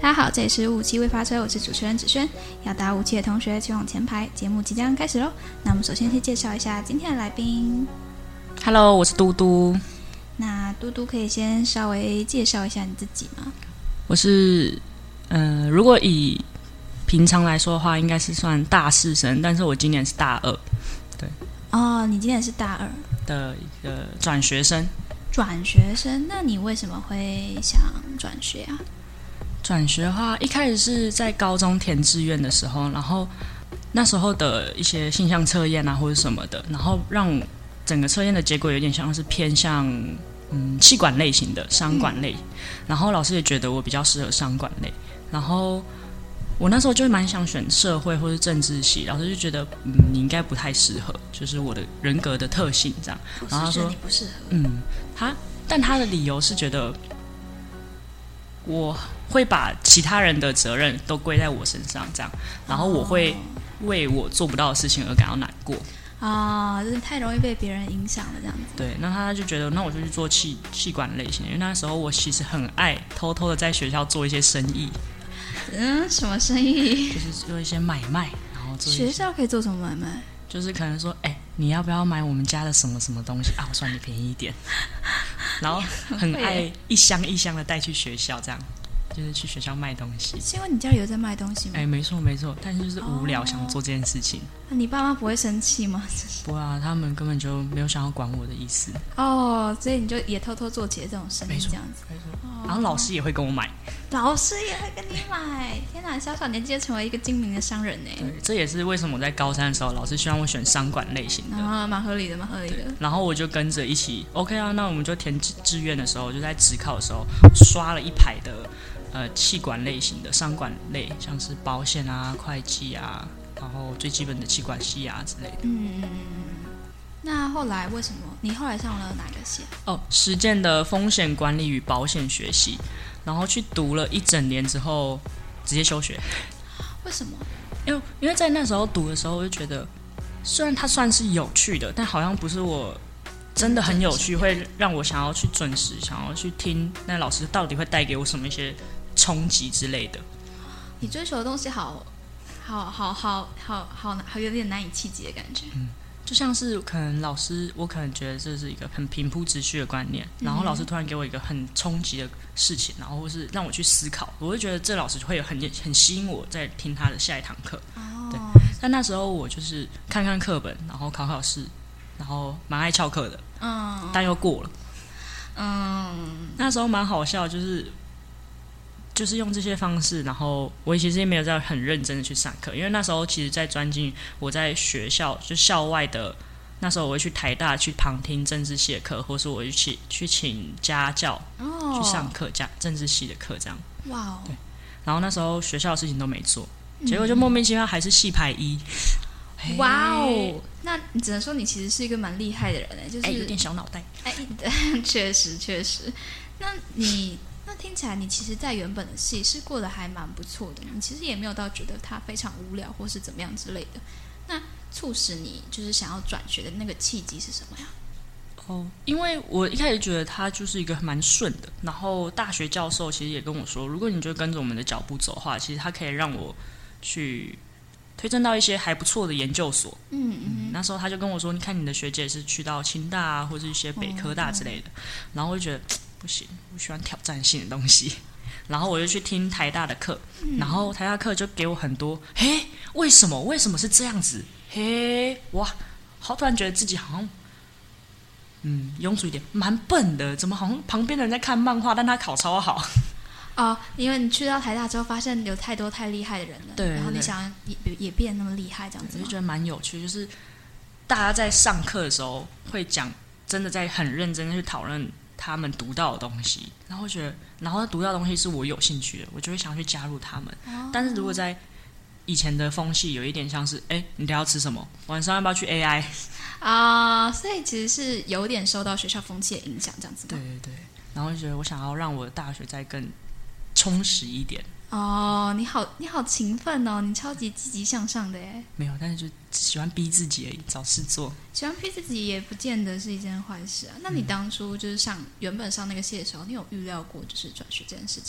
大家好，这里是57未发车，我是主持人子轩。要打57的同学请往前排，节目即将开始咯。那我们首先介绍一下今天的来宾。 Hello， 我是嘟嘟。 那嘟嘟可以先稍微介绍一下你自己吗？ 我是如果以平常来说的话，应该是算大四生，但是我今年是大二。对。 哦，你今年是大二的一个转学生。 转学生，那你为什么会想转学啊？ 转学的话，一开始是在高中填志愿的时候，然后那时候的一些性向测验啊或者什么的，然后让整个测验的结果有点像是偏向气管类型的商管类，然后老师也觉得我比较适合商管类，然后我那时候就蛮想选社会或是政治系，老师就觉得你应该不太适合，就是我的人格的特性这样。然后他说你不适合， 但他的理由是觉得我会把其他人的责任都归在我身上这样，然后我会为我做不到的事情而感到难过。 就是太容易被别人影响了这样子。 对，那他就觉得那我就去做气管类型，因为那时候我其实很爱偷偷的在学校做一些生意。 什么生意？ 就是做一些买卖，然后做一些学校可以做什么买卖？ 就是可能说，你要不要买我们家的什么什么东西啊？我算你便宜一点。然后很爱一箱一箱的带去学校，这样就是去学校卖东西。 是因为你家里有在卖东西吗？ 没错没错，但是就是无聊想做这件事情。 那你爸妈不会生气吗？ 不会啊，他们根本就没有想要管我的意思。 所以你就也偷偷做起了这种生意这样子。 没错。然后老师也会跟我买。 老师也会跟你买，天哪！小小年纪就成为一个精明的商人呢。 对，这也是为什么我在高三的时候，老师希望我选商管类型的。 蛮合理的，蛮合理的。 然后我就跟着一起 OK 啊，那我们就填志愿的时候，就在指考的时候刷了一排的企管类型的商管类，像是保险啊、会计啊，然后最基本的企管系啊之类的。 那后来为什么你后来上了哪个系？ 实践的风险管理与保险学系，然后去读了1整年之后，直接休学。 为什么？ 因为在那时候读的时候，我就觉得，虽然它算是有趣的，但好像不是我真的很有趣，会让我想要去准时，想要去听那老师到底会带给我什么一些冲击之类的。 你追求的东西好有点难以企及的感觉。 就像是可能老师，我可能觉得这是一个很平铺直叙的观念，然后老师突然给我一个很冲击的事情，然后或是让我去思考，我会觉得这老师会有很吸引我在听他的下一堂课。对，但那时候我就是看看课本，然后考试，然后蛮爱翘课的，但又过了。那时候蛮好笑，就是用这些方式，然后我其实也没有在很认真的去上课，因为那时候其实在专精我在学校就校外的，那时候我会去台大去旁听政治系的课，或是我去请家教去上课政治系的课这样。 哇对，然后那时候学校的事情都没做，结果就莫名其妙还是系排1。 哇哦，那你只能说你其实是一个蛮厉害的人就是有点小脑袋。 确实。那听起来你其实在原本的系是过得还蛮不错的，你其实也没有到觉得它非常无聊或是怎么样之类的。那促使你就是想要转学的那个契机是什么呀？ 因为我一开始觉得它就是一个蛮顺的，然后大学教授其实也跟我说，如果你就跟着我们的脚步走的话，其实它可以让我去推荐到一些还不错的研究所。那时候他就跟我说，你看你的学姐是去到清大啊，或是一些北科大之类的，然后我就觉得不行，我喜欢挑战性的东西，然后我就去听台大的课，然后台大课就给我很多为什么是这样子？哇，好突然觉得自己好像庸俗一点，蛮笨的，怎么好像旁边的人在看漫画，但他考超好。 因为你去到台大之后，发现有太多太厉害的人了， 对， 然后你想也变那么厉害，这样子， 我就觉得蛮有趣。就是大家在上课的时候会讲，真的在很认真的去讨论他们读到的东西，然后觉得，然后读到的东西是我有兴趣的，我就会想去加入他们。但是如果在以前的风气，有一点像是，你等一下要吃什么？晚上要不要去 AI？ 所以其实是有点受到学校风气的影响，这样子吗？ 对，然后就觉得我想要让我的大学再更充实一点。 你好勤奋哦，你超级积极向上的耶。 没有，但是就喜欢逼自己而已，找事做。 喜欢逼自己也不见得是一件坏事啊。那你当初就是原本上那个系的时候，你有预料过就是转学这件事情吗？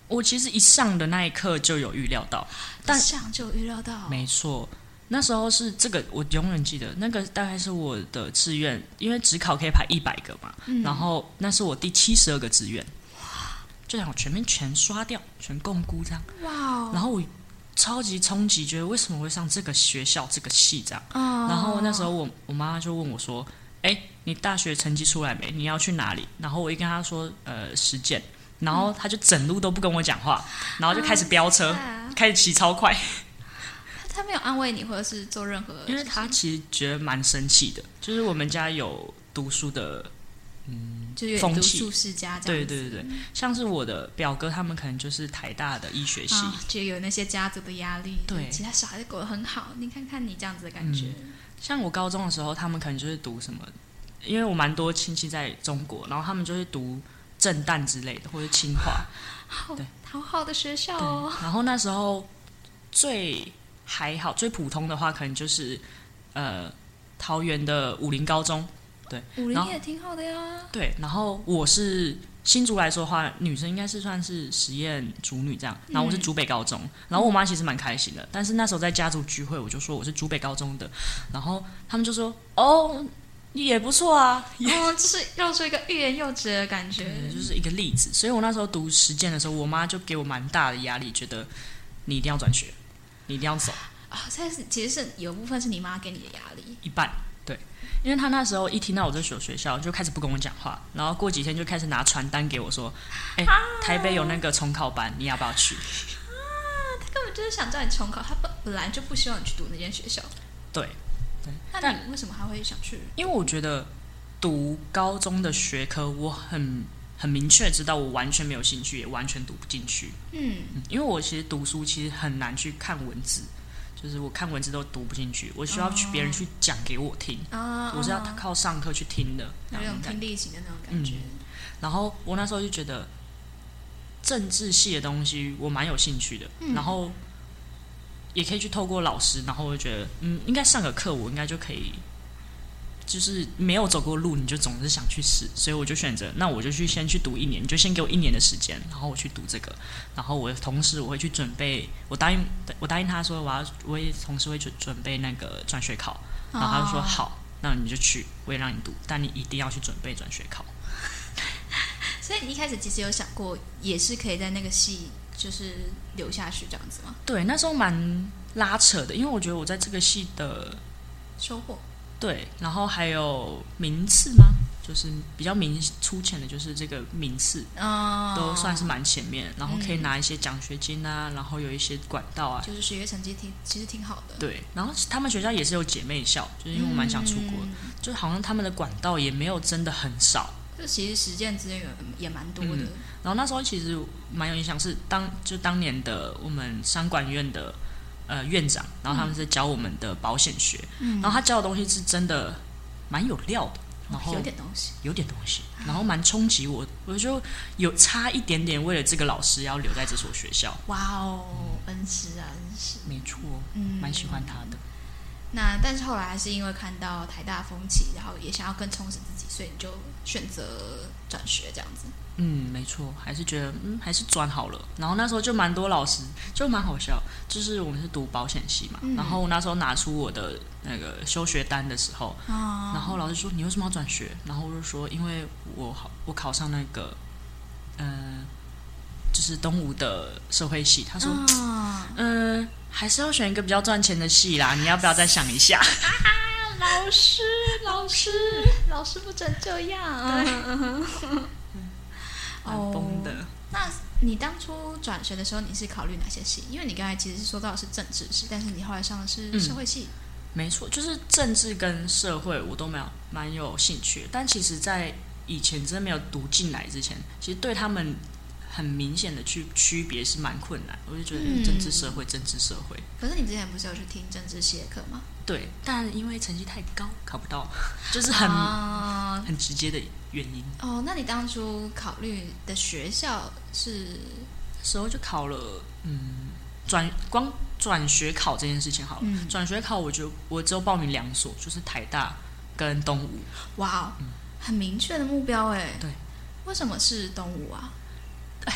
我其实一上的那一刻就有预料到，但上就有预料到， 没错。那时候是这个，我永远记得，那个大概是我的志愿，因为只考可以排100个嘛，然后那是我第72个志愿，就想我全刷掉，全共估这样， 哇！ 然后我超级冲击，觉得为什么会上这个学校这个系这样，然后那时候我妈妈就问我说：“哎，你大学成绩出来没？你要去哪里？”然后我一跟她说实践，然后她就整路都不跟我讲话，然后就开始飙车，开始骑超快。 他没有安慰你，或者是做任何， 因为他其实觉得蛮生气的，就是我们家有读书的， 就是风气， 读书世家这样子。 对，像是我的表哥他们可能就是台大的医学系， 就有那些家族的压力， 对， 其他小孩子过得很好，你看看你这样子的感觉。 像我高中的时候，他们可能就是读什么，因为我蛮多亲戚在中国，然后他们就是读政大之类的，或者清华， 好好的学校哦。 然后那时候还好，最普通的话可能就是桃园的武林高中，对， 武林也挺好的呀。 对，然后我是新竹来说的话，女生应该是算是实验主女这样，然后我是竹北高中，然后我妈其实蛮开心的，但是那时候在家族聚会，我就说我是竹北高中的，然后他们就说哦也不错啊， 就是露出一个欲言又止的感觉， 就是一个例子。所以我那时候读实践的时候，我妈就给我蛮大的压力，觉得你一定要转学。你一定要走其实是有部分是你妈给你的压力， 一半对，因为他那时候一听到我这所学校，就开始不跟我讲话，然后过几天就开始拿传单给我说：“台北有那个重考班，你要不要去？” 他根本就是想叫你重考，他本来就不希望你去读那间学校。 对， 那你为什么还会想去？ 因为我觉得读高中的学科，我很明确知道我完全没有兴趣，也完全读不进去。因为我其实读书其实很难去看文字，就是我看文字都读不进去，我需要别人去讲给我听，我是要靠上课去听的， 有那种听力型的那种感觉。 然后我那时候就觉得政治系的东西我蛮有兴趣的，然后也可以去透过老师，然后我就觉得应该上个课我应该就可以。就是没有走过路，你就总是想去试，所以我就选择，那我就先去读1年，你就先给我1年的时间，然后我去读这个，然后同时我会去准备，我答应他说我也同时会准备那个转学考，然后他就说好，那你就去，我也让你读，但你一定要去准备转学考。 所以你一开始其实有想过，也是可以在那个系就是留下去这样子吗？ 对，那时候蛮拉扯的，因为我觉得我在这个系的收获。 对，然后还有名次吗？就是比较粗浅的，就是这个名次都算是蛮前面，然后可以拿一些奖学金啊，然后有一些管道啊， 就是学业成绩其实挺好的。 对，然后他们学校也是有姐妹校，就是因为我蛮想出国，就好像他们的管道也没有真的很少， 就其实实践资源也蛮多的。 然后那时候其实蛮有印象，是当年的我们商管院的。院长，然后他们是教我们的保险学，然后他教的东西是真的蛮有料的，然后有点东西， 然后蛮冲击我就有差一点点为了这个老师要留在这所学校。 哇哦，恩师， 没错，蛮喜欢他的。 那但是后来还是因为看到台大风气，然后也想要更充实自己，所以你就选择转学这样子。 没错，还是觉得还是转好了。然后那时候就蛮多老师，就蛮好笑，就是我们是读保险系嘛，然后我那时候拿出我的那个休学单的时候，然后老师说你为什么要转学？然后我就说因为我考上那个就是东吴的社会系。他说还是要选一个比较赚钱的系啦，你要不要再想一下？老师不准这样。蛮疯的。 那你当初转学的时候，你是考虑哪些系？因为你刚才其实是说到的是政治系，但是你后来上的是社会系。 没错，就是政治跟社会我都蛮有兴趣，但其实在以前真的没有读进来之前，其实对他们很明显的去区别是蛮困难。我就觉得政治社会。 可是你之前不是有去听政治系的课吗？ 对，但因为成绩太高考不到，就是很直接的原因。 那你当初考虑的学校是时候就考了光转学考这件事情好了。转学考我只有报名2所，就是台大跟东吴。 哇，很明确的目标哎。 对， 为什么是东吴啊？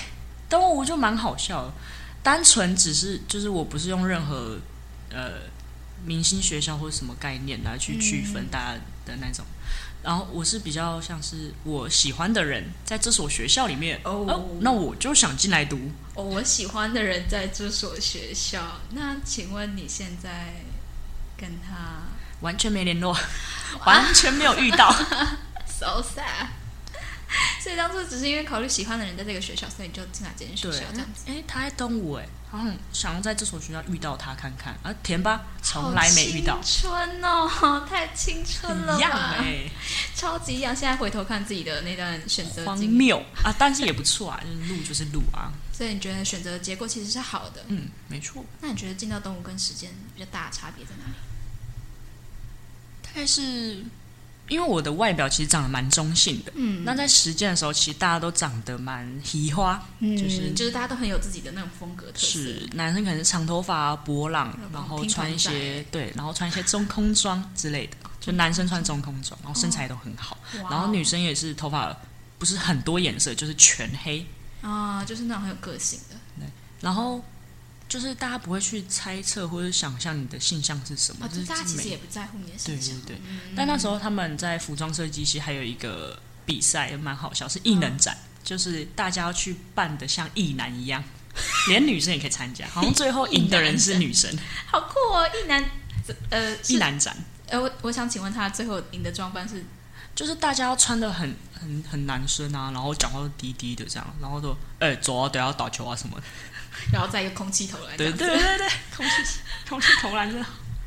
东吴就蛮好笑的，单纯只是就是我不是用任何明星学校或者什么概念来去区分大家的那种，然后我是比较像是我喜欢的人在这所学校里面，那我就想进来读。 我喜欢的人在这所学校，那请问你现在跟他完全没联络，完全没有遇到 ，so sad。所以当初只是因为考虑喜欢的人在这个学校，所以你就进来这间学校这样子。 他在东吴好像想要在这所学校遇到他看看，填吧，从来没遇到。 青春哦，太青春了吧， 一样超级一样。现在回头看自己的那段选择荒谬啊，但是也不错啊，就是路就是路啊。 所以你觉得选择的结果其实是好的？ 没错。 那你觉得进到东吴跟实践比较大的差别在哪里？ 大概是因为我的外表其实长得蛮中性的，那在实践的时候，其实大家都长得蛮奇花， 就是大家都很有自己的那种风格特色。 是男生可能是长头发、波浪，然后穿一些然后穿一些中空装之类的，就男生穿中空装，然后身材都很好，然后女生也是头发不是很多颜色，就是全黑啊，就是那种很有个性的。 对，然后就是大家不会去猜测或者想象你的性向是什么， 大家其实也不在乎你的性向。 对。但那时候他们在服装设计系还有一个比赛，蛮好笑，是异能展，就是大家要去扮的像异男一样，连女生也可以参加，好像最后赢的人是女生， 好酷哦！异男展。 我想请问他最后赢的装扮是？ 就是大家要穿的很男生啊，然后讲话都低低的这样，然后说走啊，等下打球啊什么的。 然后再一个空气头来， 对，空气头来着。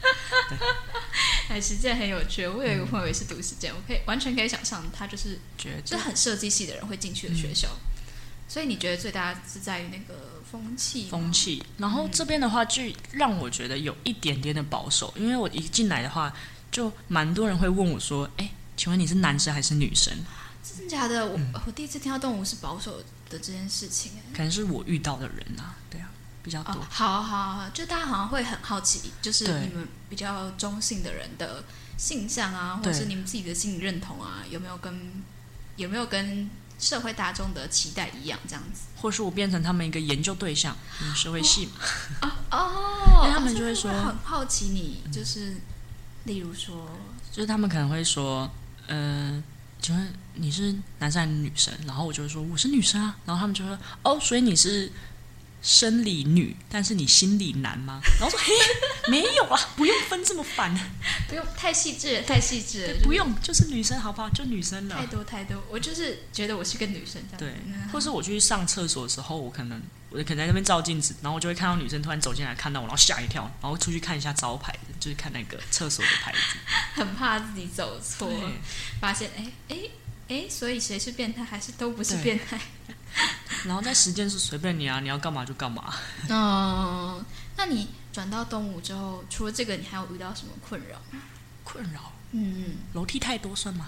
实践很有趣。我有一个朋友也是读实践，我完全可以想象他就是很设计系的人会进去的学校。所以你觉得最大是在于那个风气， 然后这边的话就让我觉得有一点点的保守，因为我一进来的话，就蛮多人会问我说：“请问你是男生还是女生？” 真的假的？我第一次听到动物是保守的这件事情， 可能是我遇到的人啊，对啊，比较多。 好，就大家好像会很好奇，就是你们比较中性的人的性向啊，或者是你们自己的心理认同啊，有没有跟社会大众的期待一样这样子？ 或是我变成他们一个研究对象，社会系嘛。 因为他们就会说很好奇你，就是例如说， 就是他们可能会说，请问你是男生还是女生？然后我就会说我是女生啊，然后他们就说所以你是生理女，但是你心理男吗？然后说没有啊，不用分这么烦， 不用太细致了， 不用，就是女生好不好？就女生了， 太多，我就是觉得我是个女生这样。 对，或是我去上厕所的时候，我可能在那边照镜子，然后我就会看到女生突然走进来看到我，然后吓一跳，然后出去看一下招牌，就是看那个厕所的牌子， 很怕自己走错，发现所以谁是变态还是都不是变态？ 然后在实践是随便你啊，你要干嘛就干嘛。 那你转到东吴之后，除了这个，你还有遇到什么困扰吗？楼梯太多算吗？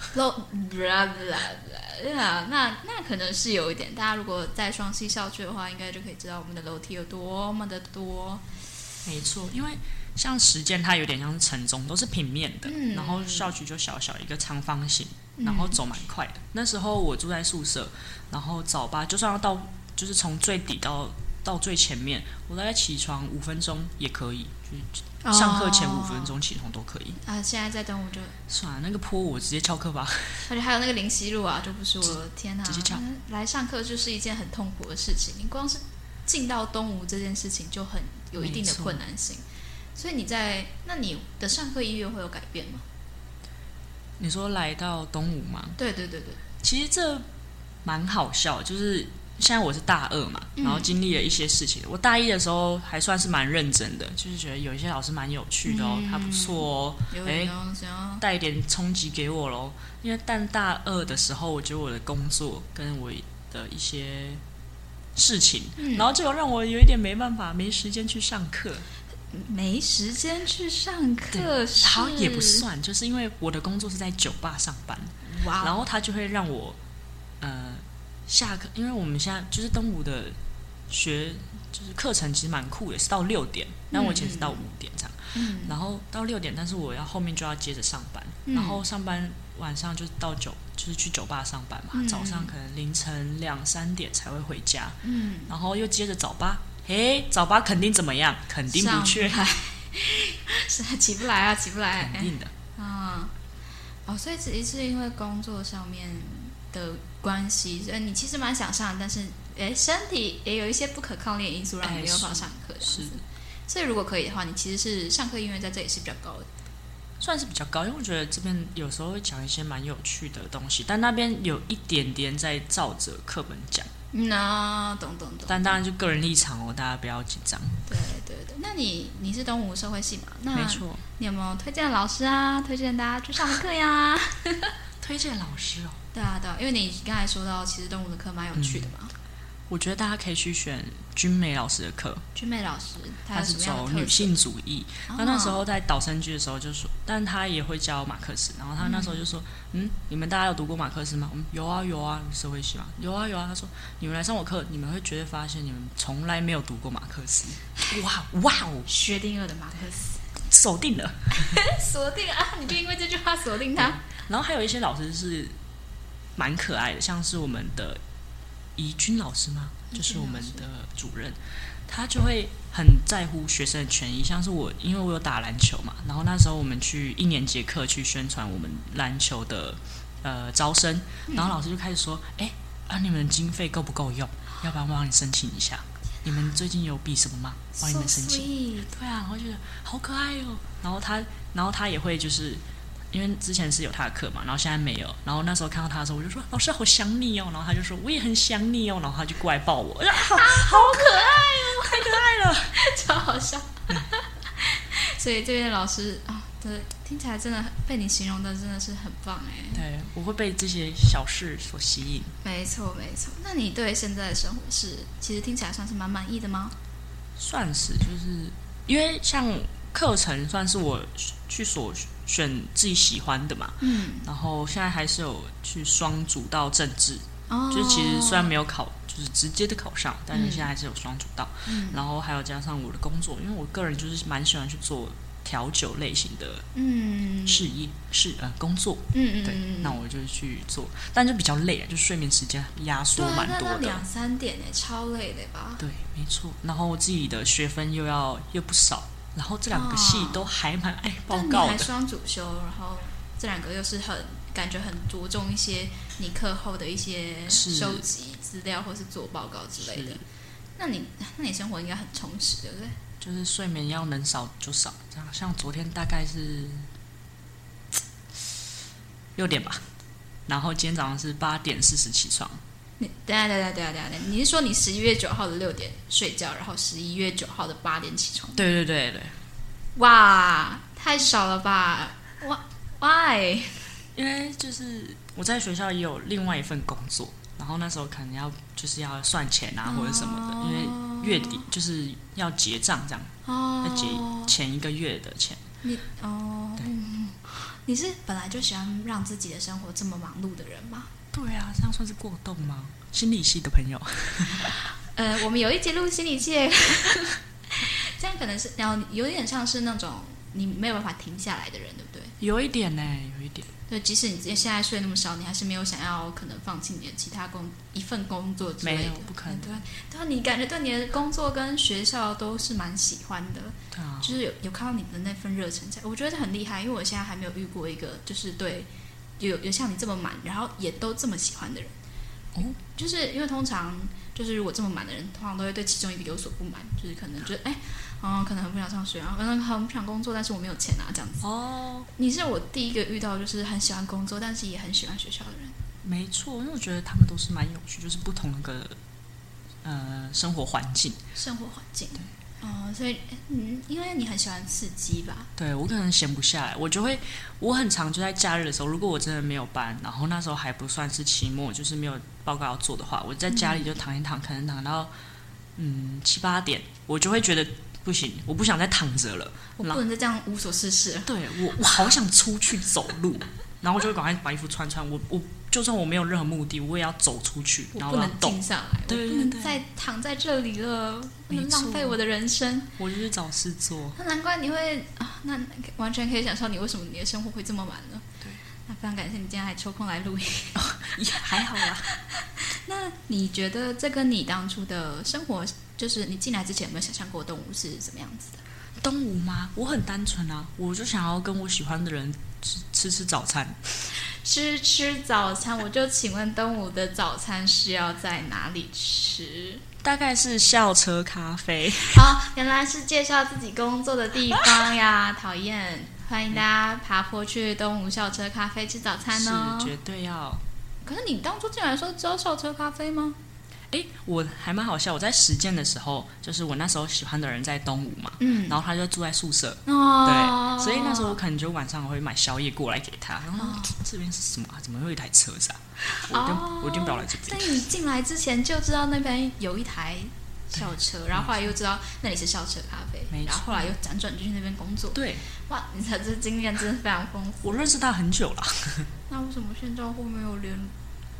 那可能是有一点。大家如果在双溪校区的话，应该就可以知道我们的楼梯有多么的多。 没错，因为像实践它有点像是城中，都是平面的，然后校区就小小一个长方形，然后走蛮快的。那时候我住在宿舍，然后早八就算要到，就是从最底到最前面，我大概起床5分钟也可以，就是上课前5分钟起床都可以。 现在在东吴就算了，那个坡我直接翘课吧。 而且还有那个林溪路啊，就不是我天哪！ 直接翘。 来上课就是一件很痛苦的事情，你光是进到东吴这件事情就很有一定的困难性。所以那你的上课意愿会有改变吗？ 你说来到东吴吗？ 对， 其实这蛮好笑，就是现在我是大2嘛，然后经历了一些事情。我大1的时候还算是蛮认真的，就是觉得有一些老师蛮有趣的还不错带一点冲击给我咯。因为但大2的时候，我觉得我的工作跟我的一些事情，然后就让我有一点没办法，没时间去上课。 没时间去上课， 好也不算，就是因为我的工作是在酒吧上班，然后他就会让我下课，因为我们现在就是东吴的就是课程其实蛮酷的，是到6点，但我以前是到5点这样，然后到6点，但是我后面就要接着上班，然后上班晚上就就是去酒吧上班嘛，早上可能凌晨2-3点才会回家，然后又接着早八，早八肯定怎么样？肯定不去， 是起不来啊，起不来， 肯定的。 所以只是因为工作上面的关系，所以你其实蛮想上，但是身体也有一些不可抗力的因素，让你没有办法上课。是，所以如果可以的话，你其实是上课意愿在这里是比较高的， 算是比较高，因为我觉得这边有时候会讲一些蛮有趣的东西，但那边有一点点在照着课本讲。 懂。 但当然就个人立场大家不要紧张。 对。那你是东吴社会系嘛？那没错。 你有没有推荐的老师啊？推荐大家去上的课呀？ 推荐老师哦。 对啊，因为你刚才说到，其实东吴的课蛮有趣的嘛。 我觉得大家可以去选君美老师的课。 君美老师， 他是走女性主义。那时候在导生剧的时候就说，但他也会教马克思。然后他那时候就说，你们大家有读过马克思吗？有啊，社会系嘛，有啊。他说，你们来上我课，你们会绝对发现你们从来没有读过马克思。哇哦， 薛定谔的马克思， 锁定了， 锁定啊！你就因为这句话锁定他。 然后还有一些老师是蛮可爱的，像是我们的怡君老师吗？就是我们的主任，他就会很在乎学生的权益。像是我，因为我有打篮球嘛，然后那时候我们去1年级课去宣传我们篮球的招生，然后老师就开始说，你们的经费够不够用？要不然我帮你申请一下。你们最近有比什么吗？帮你们申请。对啊，然后觉得好可爱哦。然后他也会就是。因为之前是有他的课嘛，然后现在没有。然后那时候看到他的时候，我就说：“老师，好想你哦。”然后他就说：“我也很想你哦。”然后他就过来抱我，好可爱哦，太可爱了， 超好笑。所以这边的老师对，听起来真的被你形容的真的是很棒哎。 对，我会被这些小事所吸引。 没错。那你对现在的生活其实听起来算是蛮满意的吗？ 算是，就是因为像课程算是我去所选自己喜欢的嘛，然后现在还是有去双主道政治，就是其实虽然没有考，就是直接的考上，但是现在还是有双主道，然后还有加上我的工作，因为我个人就是蛮喜欢去做调酒类型的事业工作，对，那我就去做，但就比较累，就睡眠时间压缩蛮多的 ，2-3点超累的吧？ 对，没错，然后我自己的学分又不少。然后这2个系都还蛮爱报告的， 但你还双主修，然后这2个又是感觉很着重一些你课后的一些收集资料或是做报告之类的。那你生活应该很充实，对不对？ 就是睡眠要能少就少，这样。像昨天大概是6点吧，然后今天早上是8点40起床。 等一下，你是说你11月9号的6点睡觉，然后11月9号的8点起床？ 对。 哇，太少了吧？Why？ 因为就是我在学校也有另外一份工作，然后那时候可能要算钱啊或者什么的，因为月底就是要结账这样，要结前1个月的钱。 你是本来就喜欢让自己的生活这么忙碌的人吗？ 对啊，这样算是过动吗？心理系的朋友， 我们有一节录心理系，这样可能是有点像是那种你没有办法停下来的人，对不对？ 有一点。 对，即使你现在睡那么少，你还是没有想要可能放弃你的其他一份工作之类的， 没有，不可能。 对啊，你感觉对你的工作跟学校都是蛮喜欢的， 对啊， 就是有看到你的那份热忱在，我觉得很厉害，因为我现在还没有遇过一个就是对有像你这么满，然后也都这么喜欢的人。就是因为通常就是如果这么满的人，通常都会对其中一个有所不满，就是可能觉得可能很不想上学，然后可能很不想工作，但是我没有钱啊，这样子。你是我第一个遇到就是很喜欢工作，但是也很喜欢学校的人。 没错，因为我觉得他们都是蛮有趣，就是不同的生活环境。 对。所以因为你很喜欢刺激吧？ 对，我可能闲不下来，我很常就在假日的时候，如果我真的没有班，然后那时候还不算是期末，就是没有报告要做的话，我在家里就躺一躺，可能躺到7-8点，我就会觉得不行，我不想再躺着了， 我不能再这样无所事事了。 对，我好想出去走路，然后我就会赶快把衣服穿，我就算我没有任何目的，我也要走出去，然后我不能静下来， 对， 我不能再躺在这里了，不能浪费我的人生。 我就是找事做。 那难怪你会那完全可以想象你为什么你的生活会这么满了。 对， 那非常感谢你今天还抽空来录音， 也还好啦。 那你觉得这跟你当初的生活，就是你进来之前有没有想象过东吴是什么样子的？ 东吴吗？我很单纯啊，我就想要跟我喜欢的人吃早餐。 吃早餐，我就请问东吴的早餐是要在哪里吃？ 大概是校车咖啡。 好，原来是介绍自己工作的地方呀，讨厌！欢迎大家爬坡去东吴校车咖啡吃早餐哦， 是绝对要。 可是你当初进来的时候知道校车咖啡吗？ 我还蛮好笑。我在实践的时候，就是我那时候喜欢的人在东吴嘛，然后他就住在宿舍，对，所以那时候我可能就晚上会买宵夜过来给他。然后这边是什么啊？怎么会有一台车子啊？我一定不要来这边。 所以你进来之前就知道那边有一台校车，然后后来又知道那里是校车咖啡，然后后来又辗转就去那边工作。 对， 哇，你的这经验真的非常丰富。 我认识他很久了。 那为什么现在会没有联络？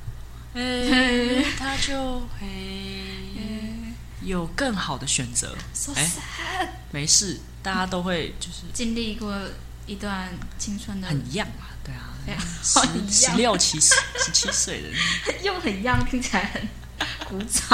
他就有更好的选择。 So sad。 没事，大家都会就是经历过一段青春的， 很样啊，对啊 ，16、 17岁的， 又很样，听起来很古早。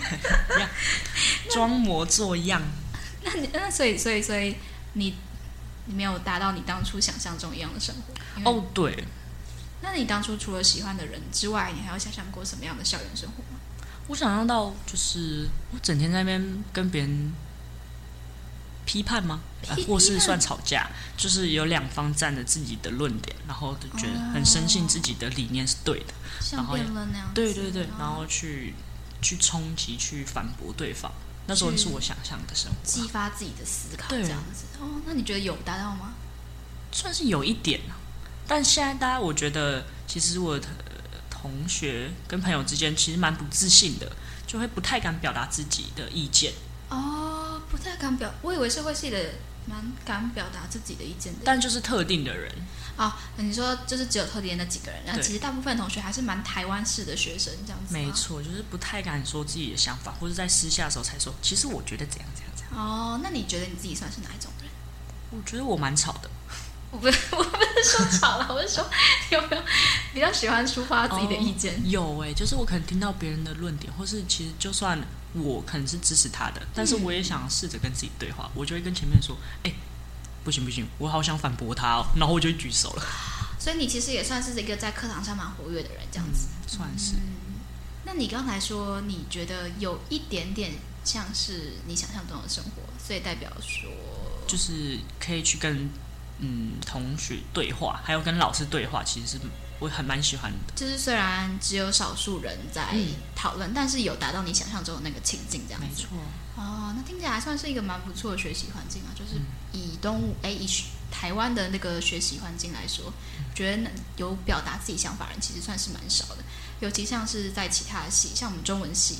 装模作样。 那所以你没有达到你当初想象中一样的生活。 哦，对。 那你当初除了喜欢的人之外，你还有想象过什么样的校园生活吗？ 我想象到就是我整天在那边跟别人批判吗？或是算吵架，就是有两方站着自己的论点，然后就觉得很深信自己的理念是对的， 像辩论那样子。 对，然后去冲击、去反驳对方。那时候是我想象的生活， 激发自己的思考，这样子。哦，那你觉得有达到吗？ 算是有一点啊。但现在大家，我觉得其实我的同学跟朋友之间其实蛮不自信的，就会不太敢表达自己的意见。 哦，不太敢我以为社会系的蛮敢表达自己的意见的， 但就是特定的人。 你说就是只有特定的那几个人，然后其实大部分同学还是蛮台湾式的学生这样子。 没错，就是不太敢说自己的想法，或者在私下的时候才说，其实我觉得怎样。 哦，那你觉得你自己算是哪一种人？ 我觉得我蛮吵的。 我不是说吵了，我是说有没有比较喜欢抒发自己的意见？ 有就是我可能听到别人的论点，或是其实就算我可能是支持他的，但是我也想试着跟自己对话，我就会跟前面说，不行，我好想反驳他哦，然后我就举手了。 所以你其实也算是一个在课堂上蛮活跃的人，这样子。 算是。 那你刚才说你觉得有一点点像是你想象中的生活，所以代表说就是可以去跟同学对话，还有跟老师对话，其实是我蛮喜欢的。 就是虽然只有少数人在讨论，但是有达到你想象中的那个情境，这样子。 没错。 那听起来算是一个蛮不错的学习环境啊。就是以台湾的那个学习环境来说，觉得有表达自己想法的人其实算是蛮少的。尤其像是在其他的系，像我们中文系，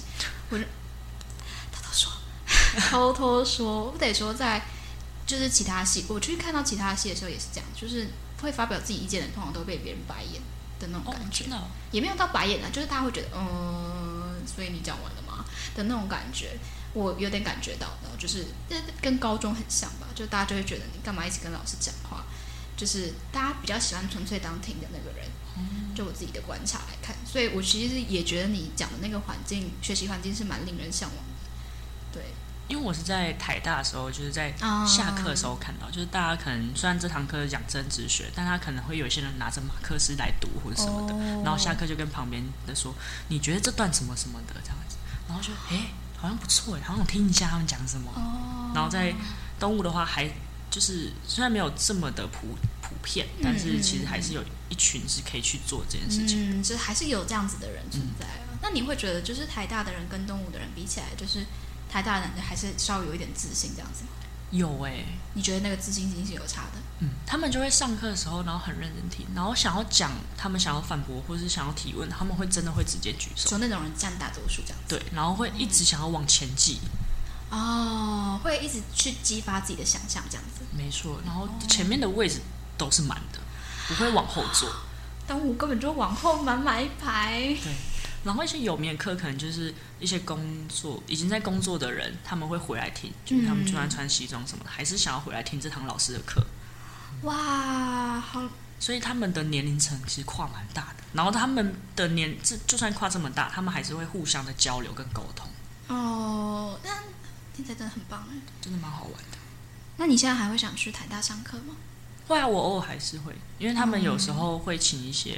偷偷说，我得说在。就是其他系，我去看到其他系的时候也是这样，就是会发表自己意见的人，通常都被别人白眼的那种感觉。也没有到白眼啊，就是大家会觉得，所以你讲完了吗的那种感觉，我有点感觉到的，就是跟高中很像吧，就大家就会觉得你干嘛一直跟老师讲话，就是大家比较喜欢纯粹当听的那个人。就我自己的观察来看，所以我其实也觉得你讲的那个环境，学习环境是蛮令人向往的，对。 因为我是在台大的时候，就是在下课的时候看到，就是大家可能虽然这堂课讲政治学，但他可能会有一些人拿着马克思来读或者什么的，然后下课就跟旁边的说：“你觉得这段什么什么的这样子。”然后就好像不错好想听一下他们讲什么。然后在东吴的话，还就是虽然没有这么的普遍，但是其实还是有一群是可以去做这件事情。 就还是有这样子的人存在啊。那你会觉得，就是台大的人跟东吴的人比起来，就是台大的人还是稍微有一点自信这样子吗？ 有你觉得那个自信心是有差的？ 他们就会上课的时候，然后很认真听，然后想要讲，他们想要反驳或是想要提问，他们会真的会直接举手。 就那种人占大多数这样子。 对，然后会一直想要往前进。 会一直去激发自己的想象这样子。 没错，然后前面的位置都是满的，不会往后坐。 东吴根本就往后满一排。 对。然后一些有名的课，可能就是一些已经在工作的人，他们会回来听，就是他们就算穿西装什么的，还是想要回来听这堂老师的课。 哇，好！ 所以他们的年龄层其实跨蛮大的。然后他们的就算跨这么大，他们还是会互相的交流跟沟通。 哦，那听起来真的很棒哎， 真的蛮好玩的。 那你现在还会想去台大上课吗？ 会啊，我偶尔还是会，因为他们有时候会请一些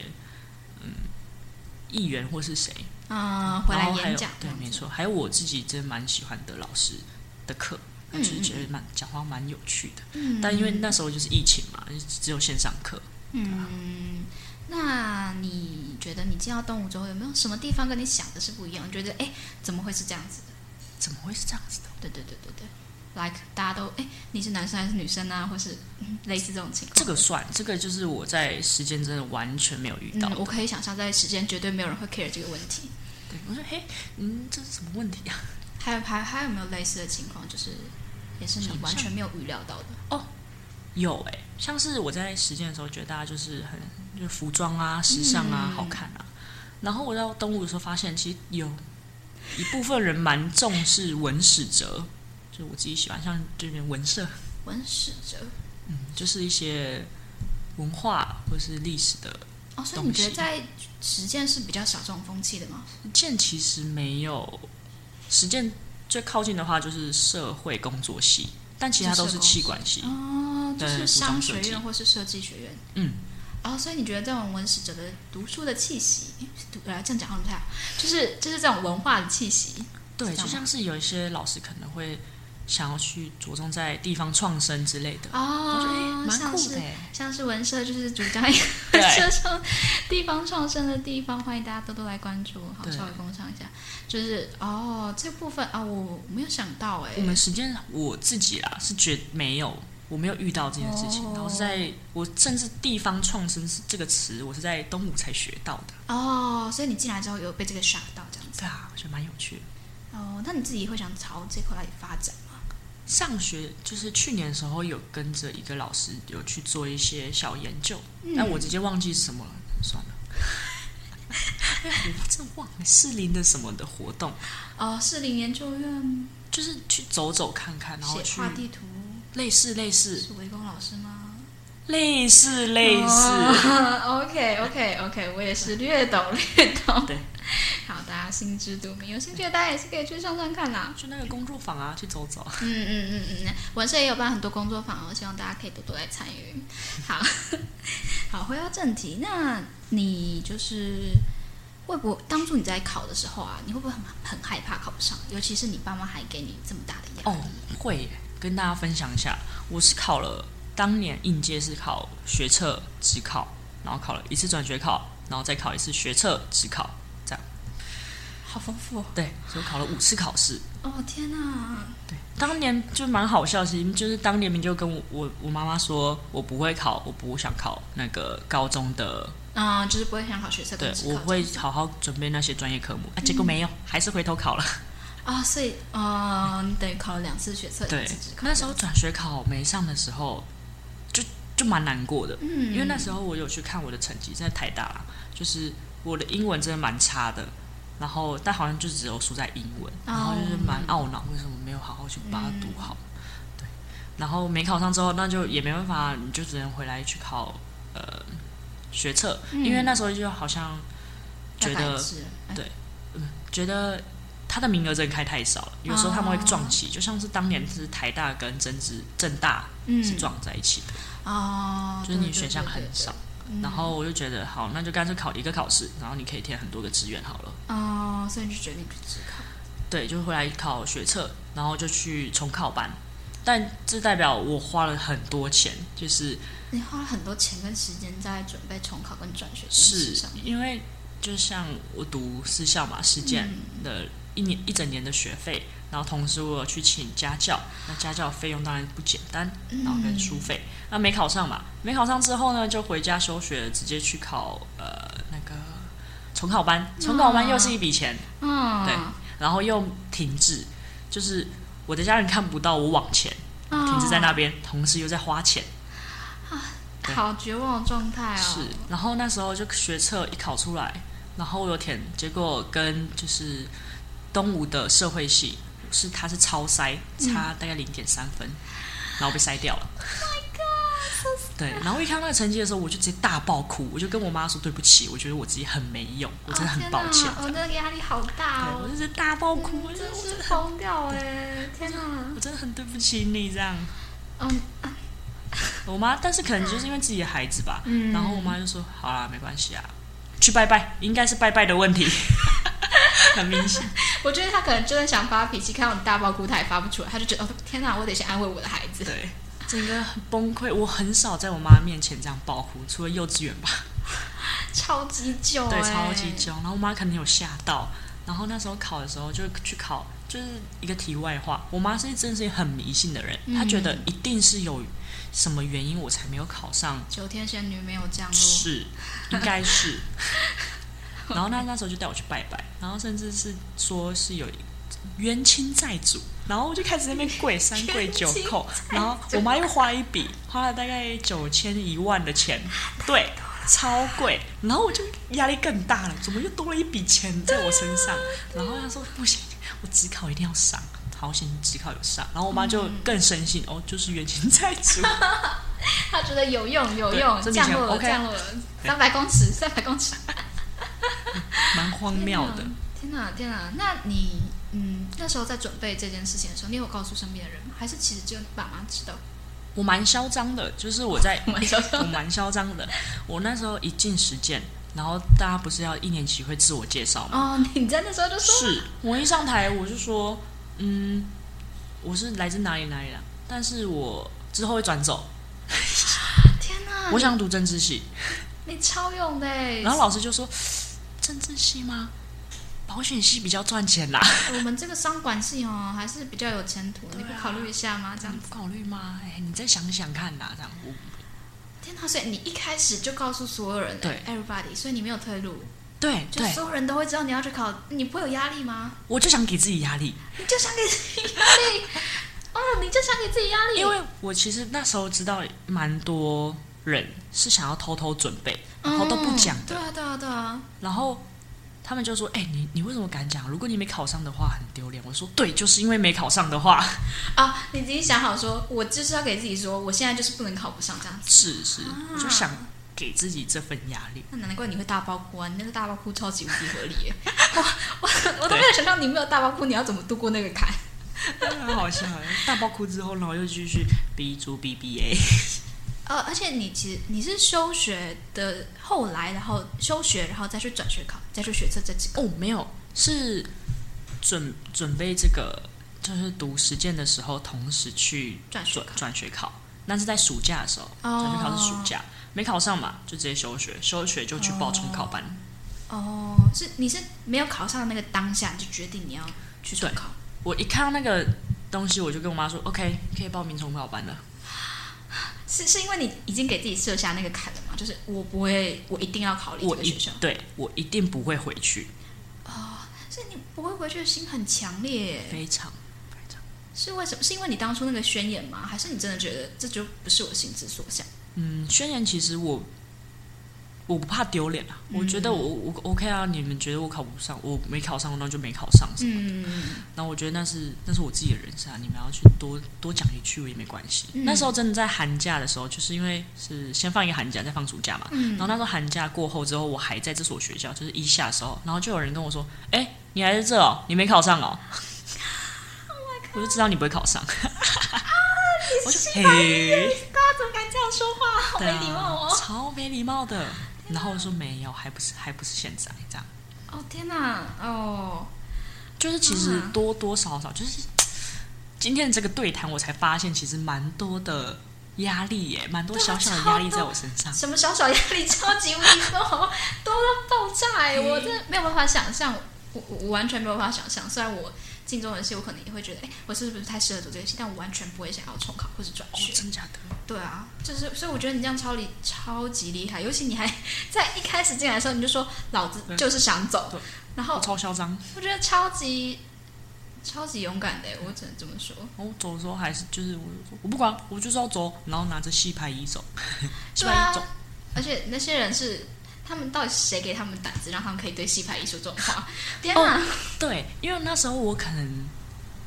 议员或是谁回来演讲。 对，没错。还有我自己真的蛮喜欢的老师的课，就是觉得讲话蛮有趣的。但因为那时候就是疫情嘛，只有线上课。 那你觉得你进到东吴之后，有没有什么地方跟你想的是不一样？你觉得怎么会是这样子的？ 怎么会是这样子的？ 对，like 大家都你是男生还是女生啊，或是类似这种情况。 这个就是我在实践真的完全没有遇到的。 我可以想象在实践绝对没有人会 care 这个问题。 对，我说这是什么问题啊？ 还有没有类似的情况，就是也是你完全没有预料到的？ 有像是我在实践的时候，觉得大家就是就是服装啊、时尚啊、好看啊。然后我到东吴的时候，发现其实有一部分人蛮重视文史哲，就是我自己喜欢，像这边文社、 文史哲， 就是一些文化或是历史的东西。 所以你觉得在实践是比较少这种风气的吗？ 实践其实没有，实践最靠近的话就是社会工作系，但其他都是企管系。 就是商学院或是设计学院。所以你觉得这种文史哲的读书的气息，这样讲好像不太好，就是这种文化的气息。 对，就像是有一些老师可能会想要去着重在地方创生之类的。我觉得蛮酷的。 像是文社就是主张一个这种地方创生的地方，欢迎大家多多来关注。好，稍微工商一下，就是这部分我没有想到我们实践我自己啦是觉得我没有遇到这件事情，然后我甚至地方创生这个词，我是在东吴才学到的。 所以你进来之后有被这个 shock 到这样子？ 对啊，我觉得蛮有趣的。 那你自己会想朝这块来发展吗？ 上学就是去年的时候有跟着一个老师有去做一些小研究，但我直接忘记是什么了，算了。我真的忘了士林的什么的活动。 士林研究院就是去走走看看，然后写画地图。类似是围攻老师吗？ 类似。 OK， 我也是略懂。 对， 好，大家心知肚明。有兴趣的大家也是可以去上看啦， 去那个工作坊啊，去走走。 文社也有办很多工作坊，希望大家可以多多来参与。好，回到正题，那你就是会不会当初你在考的时候你会不会很害怕考不上？尤其是你爸妈还给你这么大的压力？ 会耶。跟大家分享一下，我是考了当年应届是考学测指考，然后考了一次转学考，然后再考一次学测指考，这样。 好丰富。 对，所以我考了5次考试。 天哪！ 对，当年就蛮好笑，其实就是当年就跟我妈妈说，我不会考，我不想考那个高中的。 就是不会想考学测跟指考。 对，我会好好准备那些专业科目。结果没有，还是回头考了。 所以你等于考了2次学测。 对，那时候转学考没上的时候，就蛮难过的。因为那时候我有去看我的成绩，在台大，就是我的英文真的蛮差的，然后但好像就只有输在英文，然后就是蛮懊恼，为什么没有好好去把它读好。对，然后没考上之后，那就也没办法，你就只能回来去考学测，因为那时候就好像觉得对，觉得他的名额真的开太少了，有时候他们会撞期，就像是当年是台大跟政大是撞在一起的。就是你选项很少。然后我就觉得好，那就干脆考一个考试，然后你可以填很多个志愿好了。 所以你就决定去指考。 对，就回来考学测，然后就去重考班。但这代表我花了很多钱，就是你花了很多钱跟时间在准备重考跟转学这件事上。 是因为就像我读私校嘛，实践的一整年的学费，然后同时我有去请家教，那家教费用当然不简单，然后跟书费。那没考上嘛，没考上之后呢，就回家休学，直接去考那个重考班。重考班又是一笔钱，对，然后又停滞，就是我的家人看不到我往前停滞在那边，同时又在花钱。 好绝望的状态是，然后那时候就学测一考出来，然后我有填，结果跟就是东吴的社会系它是超筛，差大概0.3分，然后被筛掉了。 Oh my god！ 对，然后一看到那个成绩的时候，我就直接大爆哭，我就跟我妈说对不起，我觉得我自己很没用，我真的很抱歉。 我那个压力好大哦， 我就是大爆哭， 真是疯掉哎！天哪， 我真的很对不起你这样。我妈，但是可能就是因为自己的孩子吧，然后我妈就说好啦，没关系啊，去拜拜，应该是拜拜的问题。很明显， 我觉得他可能就算想发脾气，看到你大爆哭，他也发不出来，他就觉得天哪，我得先安慰我的孩子。 对，整个很崩溃。我很少在我妈面前这样爆哭，除了幼稚园吧。 超级久， 对，超级久。然后我妈可能有吓到，然后那时候考的时候就去考，就是一个题外话。我妈是真的是很迷信的人，她觉得一定是有什么原因我才没有考上。 9天仙女没有降落， 是，应该是。然后那时候就带我去拜拜，然后甚至是说是有冤亲债主，然后我就开始在那边跪3跪9叩，然后我妈又花了大概9000、10000的钱，对，超贵，然后我就压力更大了，怎么又多了一笔钱在我身上？然后她说不行，我指考一定要上，好险指考有上，然后我妈就更深信就是冤亲债主。 她觉得有用，降落了，300公尺。 蛮荒谬的。 天哪！那你那时候在准备这件事情的时候，你有告诉身边的人吗？还是其实只有你爸妈知道？ 我蛮嚣张的，就是我蛮嚣张的。我那时候一进实践，然后大家不是要1年级会自我介绍吗？ 你在那时候就说？ 是我一上台我就说，我是来自哪里的，但是我之后会转走。 天哪！ 我想读政治系。 你超勇的耶！ 然后老师就说。政治系吗？保险系比较赚钱啦。 我们这个商管系还是比较有前途，你不考虑一下吗？这样子不考虑吗？你再想想看啦，这样。 天哪！所以你一开始就告诉所有人， 对 ，everybody， 所以你没有退路， 对， 就所有人都会知道你要去考，你不会有压力吗？ 我就想给自己压力， 你就想给自己压力，你就想给自己压力， 因为我其实那时候知道蛮多人是想要偷偷准备。然后都不讲的， 对啊。 然后他们就说：“你为什么敢讲？如果你没考上的话，很丢脸。”我说：“对，就是因为没考上的话你自己想好说，我就是要给自己说，我现在就是不能考不上这样子。 是，我就想给自己这份压力。 那难怪你会大爆哭啊！你那个大爆哭超级无敌合理耶！我都没有想到你没有大爆哭，你要怎么度过那个坎？ 很好笑。大爆哭之后，然后又继续 B 组 BBA。 而且你是休学的，后来然后休学，然后再去转学考，再去学测这几个。 没有，是准备这个，就是读实践的时候，同时去转学考。那是在暑假的时候，转学考是暑假，没考上嘛，就直接休学就去报重考班。 你是没有考上的那个当下，你就决定你要去重考。 我一看到那个东西，我就跟我妈说 ：“OK， 可以报名重考班了。” 是因为你已经给自己设下那个坎了吗？就是我一定要考虑这个学校， 我一定不会回去。 所以你不会回去的心很强烈， 非常。 是为什么？是因为你当初那个宣言吗？还是你真的觉得这就不是我心之所向？ 宣言其实我不怕丢脸啊，我觉得我 OK 啊。你们觉得我考不上，我没考上，那就没考上什么的。那我觉得那是我自己的人生啊，你们要去多讲一句，我也没关系。那时候真的在寒假的时候，就是因为是先放一个寒假，再放暑假嘛。然后那时候寒假过后之后，我还在这所学校，就是1下的时候，然后就有人跟我说：“你还在这哦，你没考上哦。”我就知道你不会考上。我就大家怎么敢这样说话？好没礼貌哦， 超没礼貌的。然后我说没有，还不是现在这样。 天哪！ 就是其实多多少少，就是今天的这个对谈，我才发现其实蛮多的压力耶，蛮多小小的压力在我身上。 什么小小压力？超级无敌多，多到爆炸耶！我真的没有办法想象，我完全没有办法想象。虽然我进中文系，我可能也会觉得，我是不是太适合读这个系？但我完全不会想要重考或者转学。 真假的？ 对啊，就是所以我觉得你这样超级厉害，尤其你还在一开始进来的时候你就说老子就是想走，然后超嚣张， 我觉得超级勇敢的，我只能这么说。 我走的时候还是就是我不管，我就是要走，然后拿着戏牌椅走，戏牌椅走。 而且那些人是他们到底谁给他们胆子，让他们可以对戏牌艺术这种话？天哪！对，因为那时候我可能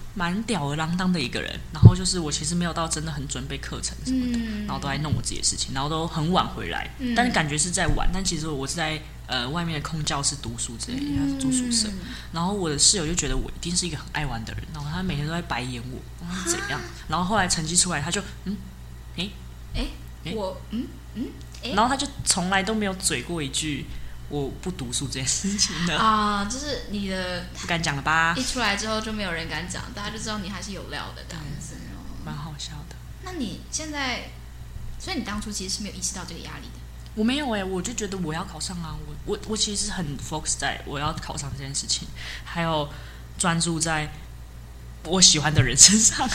蛮吊儿郎当的一个人，然后就是我其实没有到真的很准备课程什么的，然后都在弄我自己的事情，然后都很晚回来，但是感觉是在晚，但其实我是在外面的空教室读书之类的，因为他是住宿舍，然后我的室友就觉得我一定是一个很爱玩的人，然后他每天都在白眼我，然后是怎样，然后后来成绩出来，他就然后他就从来都没有嘴过一句我不读书这件事情的啊，就是你的不敢讲了吧？ 一出来之后就没有人敢讲，大家就知道你还是有料的这样子， 蛮好笑的。 那你现在，所以你当初其实是没有意识到这个压力的。 我没有我就觉得我要考上啊，我其实很 focus 在我要考上这件事情，还有专注在我喜欢的人身上。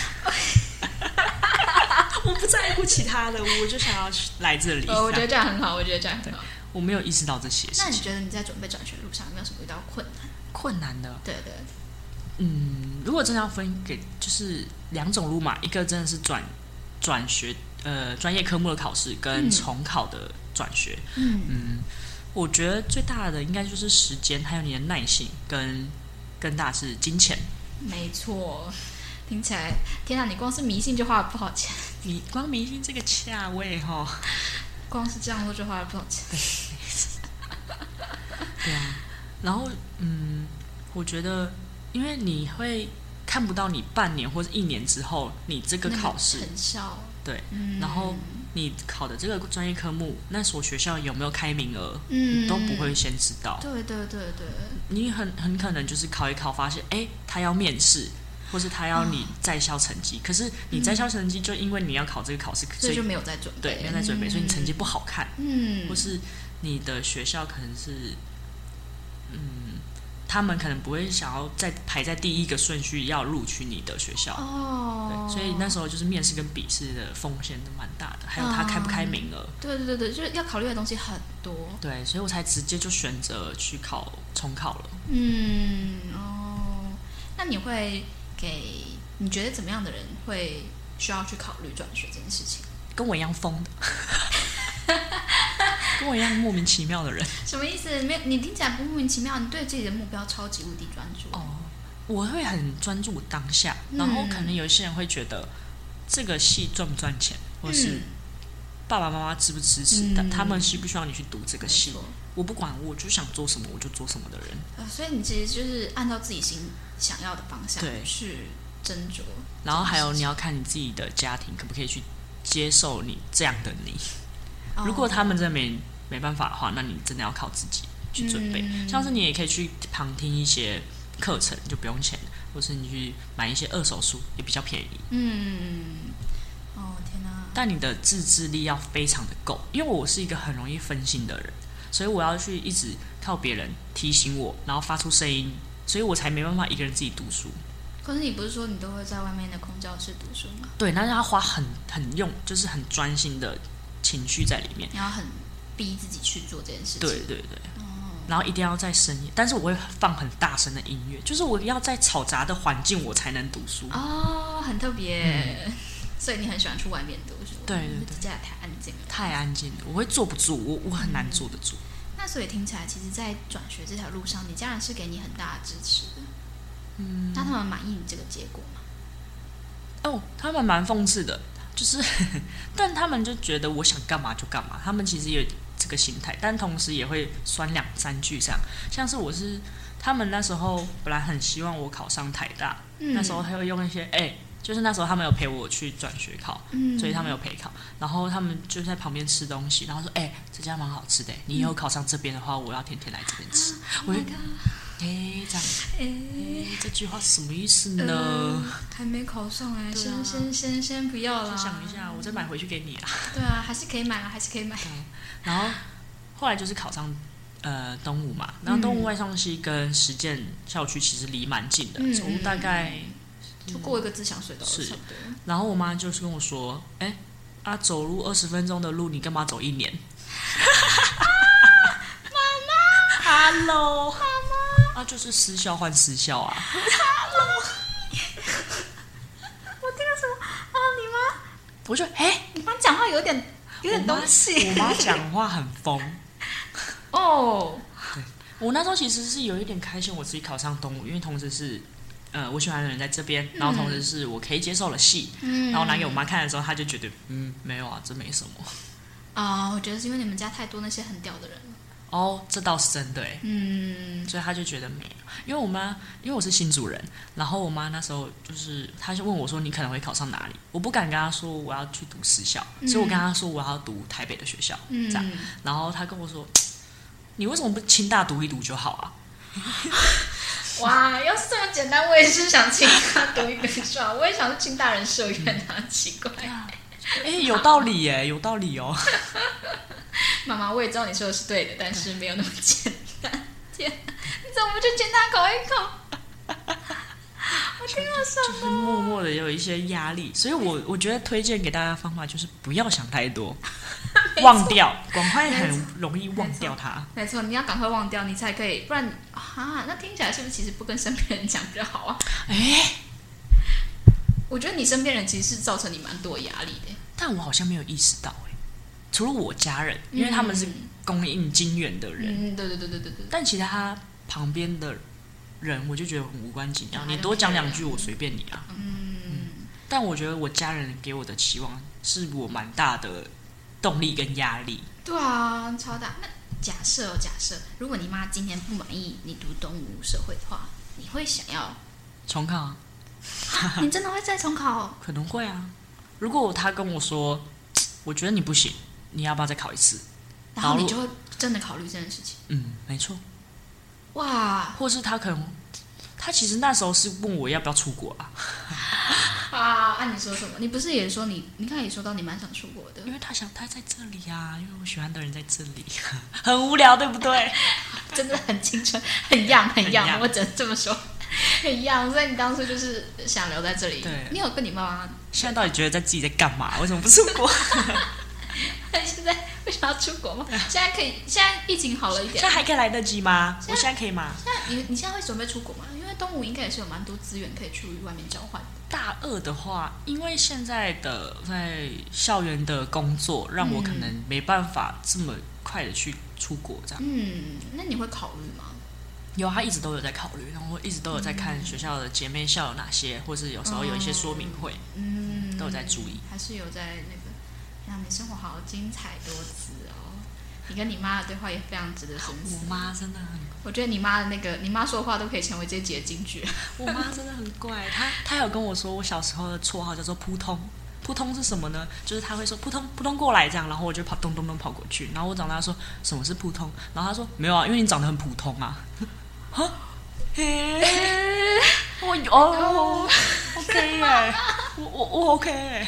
我不在乎其他的，我就想要来这里。 我觉得这样很好，我觉得这样很好。 我没有意识到这些事情。 那你觉得你在准备转学路上有没有什么遇到困难的？对。 如果真的要分给就是两种路嘛，一个真的是转学专业科目的考试跟重考的转学。我觉得最大的应该就是时间，还有你的耐性，跟更大是金钱。 没错。听起来，天哪！你光是迷信就花了不少钱。 你光迷信这个价位哈， 光是这样做就花了不少钱。 对啊，然后我觉得，因为你会看不到你半年或者1年之后你这个考试成效， 对，然后你考的这个专业科目，那所学校有没有开名额，你都不会先知道。 对， 你很可能就是考一考，发现他要面试。或是他要你在校成绩，可是你在校成绩就因为你要考这个考试， 所以就没有在准备， 对，没有在准备，所以你成绩不好看，或是你的学校可能是，他们可能不会想要再排在第一个顺序要录取你的学校，对，所以那时候就是面试跟笔试的风险都蛮大的，还有他开不开名额， 对，就是要考虑的东西很多， 对，所以我才直接就选择去重考了。 那你会你觉得怎么样的人会需要去考虑转学这件事情？ 跟我一样疯的，跟我一样莫名其妙的人。 什么意思？没有，你听起来不莫名其妙，你对自己的目标超级无敌专注。 我会很专注当下，然后可能有些人会觉得这个系赚不赚钱，或是爸爸妈妈支不支持，他们需不需要你去读这个系？我不管，我就想做什么我就做什么的人。 所以你其实就是按照自己心想要的方向去斟酌， 然后还有你要看你自己的家庭可不可以去接受你这样的你。如果他们真的没办法的话，那你真的要靠自己去准备。像是你也可以去旁听一些课程，就不用钱，或是你去买一些二手书，也比较便宜。 天哪！ 但你的自制力要非常的够，因为我是一个很容易分心的人，所以我要去一直靠别人提醒我，然后发出声音，所以我才没办法一个人自己读书。 可是你不是说你都会在外面的空教室读书吗？ 对，但是要花很用，就是很专心的情绪在里面， 你要很逼自己去做这件事情。 对，然后一定要在深夜，但是我会放很大声的音乐，就是我要在嘈杂的环境我才能读书。 很特别。所以你很喜欢去外面读书？ 对， 家里太安静了。 太安静了，我会坐不住，我很难坐得住。 那所以听起来，其实，在转学这条路上，你家人是给你很大的支持的。那他们满意你这个结果吗？ 他们蛮讽刺的，就是但他们就觉得我想干嘛就干嘛，他们其实也有这个心态，但同时也会酸2-3句这样。像是他们那时候本来很希望我考上台大，那时候他会用一些就是那时候他们有陪我去转学考，所以他们有陪考，然后他们就在旁边吃东西，然后说这家蛮好吃的，你以后考上这边的话，我要天天来这边吃。我就这样，这句话什么意思呢？ 还没考上先不要啦， 想一下，我再买回去给你啦。 对啊，还是可以买啦，还是可以买。 然后后来就是考上东吴嘛，然后东吴外商系跟实践校区其实离蛮近的，走路大概就过一个自强隧道是。 然后我妈就是跟我说，走路20分钟的路，你干嘛走1年？ 妈妈 ，Hello， 妈妈， 就是私校换私校啊。 Hello， 我听到什么你妈？ 我就你妈讲话有点东西。 我妈讲话很疯。 对， 我那时候其实是有一点开心，我自己考上东吴，因为同时是我喜欢的人在这边，然后同时是我可以接受的戏，然后拿给我妈看的时候，她就觉得没有啊，这没什么。 我觉得是因为你们家太多那些很屌的人了。 哦，这倒是真的哎。所以他就觉得没有，因为我是新主人，然后我妈那时候就是她就问我说你可能会考上哪里，我不敢跟她说我要去读私校，所以我跟她说我要读台北的学校，这样，然后她跟我说你为什么不清大读一读就好啊？ 哇，要是这么简单，我也是想清大读一读就好，我也想去清大人社院啊，奇怪。 有道理耶，有道理哦。 妈妈，我也知道你说的是对的，但是没有那么简单。天，你怎么不去清大考一考？我听到什么？ 就是默默的有一些压力，所以我觉得推荐给大家的方法就是不要想太多，忘掉，赶快很容易忘掉它。 没错，你要赶快忘掉，你才可以，不然那听起来是不是其实不跟身边人讲比较好啊？我觉得你身边人其实是造成你蛮多压力的， 但我好像没有意识到除了我家人，因为他们是供应金源的人， 对， 但其他旁边的人，我就觉得很无关紧要。你多讲两句，我随便你啊。但我觉得我家人给我的期望是我蛮大的动力跟压力。 对啊，超大。那假设，如果你妈今天不满意你读东吴社会的话，你会想要重考啊？ 你真的会再重考可能会啊。如果他跟我说，我觉得你不行，你要不要再考一次？ 然后你就会真的考虑这件事情。 没错。 哇， 或是他可能，他其实那时候是问我要不要出国啊。 你说什么？你不是也说你刚才也说到你蛮想出国的？ 因为他在这里啊，因为我喜欢的人在这里，很无聊，对不对？ 真的很青春，很样，我只能这么说。很样，所以你当初就是想留在这里。 对， 你有跟你妈妈？ 现在到底觉得自己在干嘛？为什么不出国？ 现在为什么要出国吗？现在可以，现在疫情好了一点， 现在还可以来得及吗？我现在可以吗？ 你现在会准备出国吗？因为东吴应该也是有蛮多资源可以去外面交换。 大二的话，因为现在的在校园的工作，让我可能没办法这么快的去出国这样。 那你会考虑吗？ 有，他一直都有在考虑，然后一直都有在看学校的姐妹校有哪些，或是有时候有一些说明会，都有在注意。 还是有在那个，让你生活好精彩多姿哦。你跟你妈的对话也非常值得深思。 我妈真的很， 我觉得你妈说的话都可以成为这集的金句。 我妈真的很怪，她有跟我说，我小时候的绰号叫做扑通。扑通是什么呢？就是他会说扑通扑通过来这样，然后我就咚咚咚跑过去，然后我长大说什么是扑通，然后他说没有啊，因为你长得很普通啊。哈，OK 耶，我 OK 耶，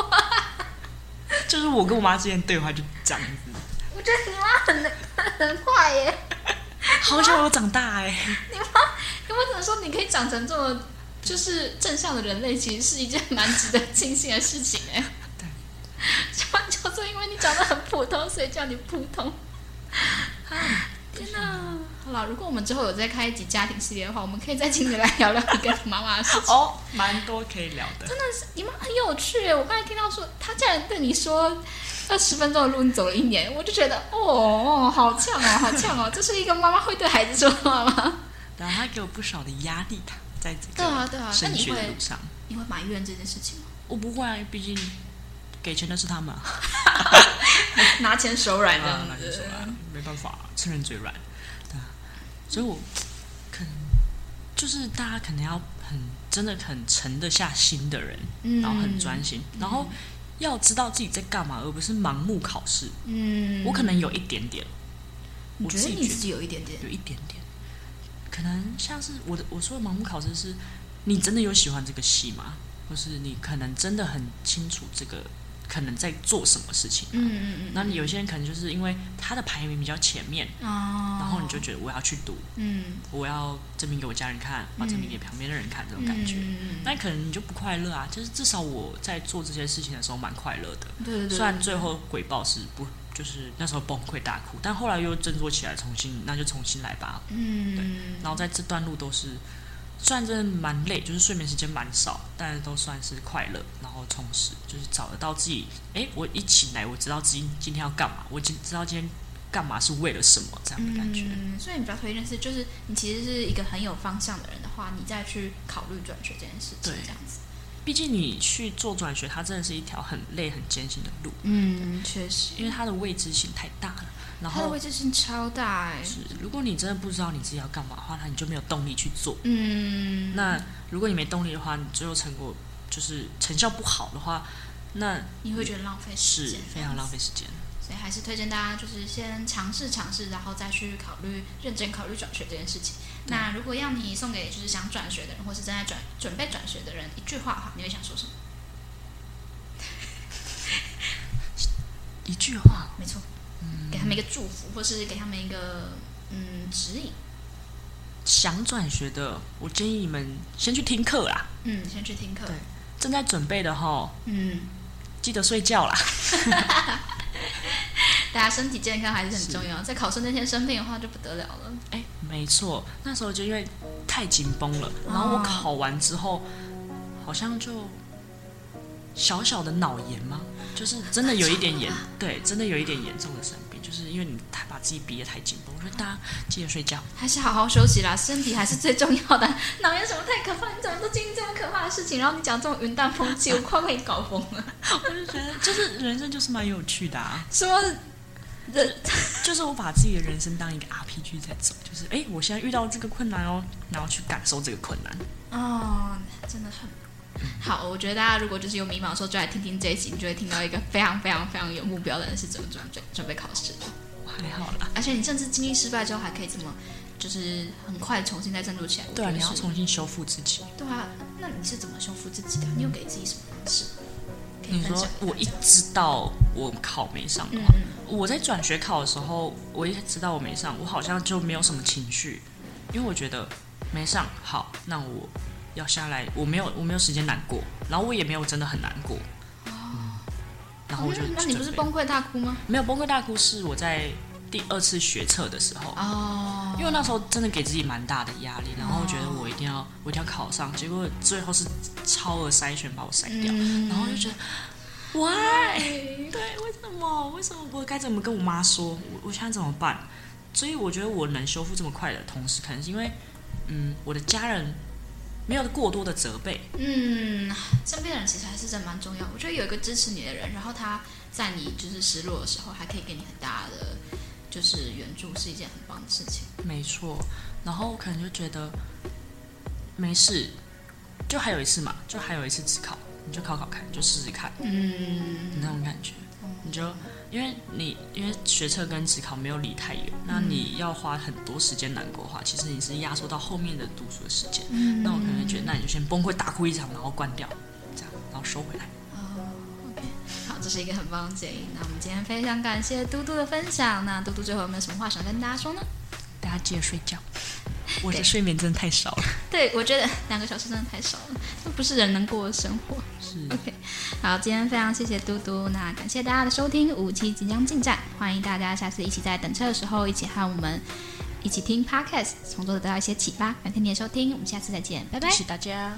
就是我跟我妈之间对话就这样子。 我觉得你妈很坏耶， 好想我长大哎。 你妈，我只能说你可以长成这么就是正向的人类，其实是一件蛮值得庆幸的事情哎。 对， 就是因为你长得很普通，所以叫你普通。天哪！好了，如果我们之后有再开一集家庭系列的话，我们可以再请你来聊聊你跟你妈妈的事情。 蛮多可以聊的。真的是，你妈很有趣耶！我刚才听到说，她竟然对你说20分钟的路，你走了1年，我就觉得好呛哦！这是一个妈妈会对孩子说话吗？ 然后她给我不少的压力，在这个升学的路上。 你会埋怨这件事情吗？ 我不会啊，毕竟给钱的是他们。 拿钱手软这样子， 拿钱手软，没办法，趁人嘴软。对啊，所以我可能就是大家可能要真的很沉得下心的人，然后很专心，然后要知道自己在干嘛，而不是盲目考试。我可能有一点点， 我觉得你自己有一点点， 可能像是我说的盲目考试是，你真的有喜欢这个戏吗？或是你可能真的很清楚这个可能在做什么事情。那你有些人可能就是因为他的排名比较前面，然后你就觉得我要去读，我要证明给我家人看，我要证明给旁边的人看，这种感觉。那可能你就不快乐啊。就是至少我在做这些事情的时候蛮快乐的。 对， 虽然最后回报是不。就是那时候崩溃大哭，但后来又振作起来，那就重新来吧。对。然后在这段路都是，虽然真的蛮累，就是睡眠时间蛮少，但都算是快乐，然后充实，就是找得到自己。我一起来，我知道自己今天要干嘛，我知道今天干嘛是为了什么这样的感觉。 所以你比较推荐是，就是你其实是一个很有方向的人的话，你再去考虑转学这件事情，这样子。 毕竟你去做转学，它真的是一条很累、很艰辛的路。 确实， 因为它的未知性太大了。然后它的未知性超大是，如果你真的不知道你自己要干嘛的话，那你就没有动力去做。那如果你没动力的话，你最后成果就是成效不好的话，那你会觉得浪费时间， 是非常浪费时间。 所以还是推荐大家就是先尝试，然后再去认真考虑转学这件事情。那如果要你送给就是想转学的人，或是正在准备转学的人一句话的话，你会想说什么？ 一句话， 没错，给他们一个祝福，或是给他们一个指引。 想转学的，我建议你们先去听课啦。 先去听课。 对，正在准备的齁，记得睡觉啦。 大家身体健康还是很重要，在考试那天生病的话就不得了了。 没错，那时候就因为太紧绷了，然后我考完之后，好像就小小的脑炎嘛，就是真的有一点严，对，真的有一点严重的生病，就是因为你把自己逼得太紧绷，所以大家记得睡觉， 还是好好休息啦，身体还是最重要的。脑炎什么太可怕？你怎么都经历这么可怕的事情，然后你讲这种云淡风轻，我快被你搞疯了。 我就觉得，就是人生就是蛮有趣的啊。 什么？ 就是我把自己的人生当一个 RPG 在走，就是我现在遇到这个困难哦，然后去感受这个困难。 真的很好。我觉得大家如果就是有迷茫的时候，就来听听这一集，你就会听到一个非常非常非常有目标的人是怎么准备考试的。 还好啦， 而且你甚至经历失败之后，还可以这么就是很快重新再振作起来。 对啊，你要重新修复自己。 对啊，那你是怎么修复自己的？你有给自己什么方式？ 你说我一知道我考没上的话，我在转学考的时候，我一知道我没上，我好像就没有什么情绪，因为我觉得没上好，那我要下来，我没有时间难过，然后我也没有真的很难过。然后我就那你不是崩溃大哭吗？ 没有崩溃大哭，是我在第2次学测的时候因为那时候真的给自己蛮大的压力，然后觉得我一定要考上，结果最后是超额筛选把我筛掉，然后就觉得 why 对，为什么我该怎么跟我妈说，我现在怎么办？所以我觉得我能修复这么快的同时，可能是因为我的家人没有过多的责备。 身边的人其实还是真的蛮重要。我觉得有一个支持你的人，然后他在你就是失落的时候，还可以给你很大的就是援助，是一件很棒的事情。 没错，然后可能就觉得没事，就还有一次嘛，就还有一次指考，你就考考看，就试试看，那种感觉，你就因为学测跟指考没有离太远，那你要花很多时间难过的话，其实你是压缩到后面的读书的时间。那我可能觉得，那你就先崩溃大哭一场，然后关掉，这样，然后收回来。 OK， 好，这是一个很棒的建议。那我们今天非常感谢嘟嘟的分享。那嘟嘟最后有没有什么话想跟大家说呢？ 大家记得睡觉，我的睡眠真的太少了。 对，我觉得2个小时真的太少了，这不是人能过的生活。 是 OK， 好，今天非常谢谢嘟嘟，那感谢大家的收听，5期即将进站，欢迎大家下次一起在等车的时候一起和我们一起听 Podcast， 从中得到一些启发。感谢你的收听，我们下次再见，拜拜。 谢谢大家。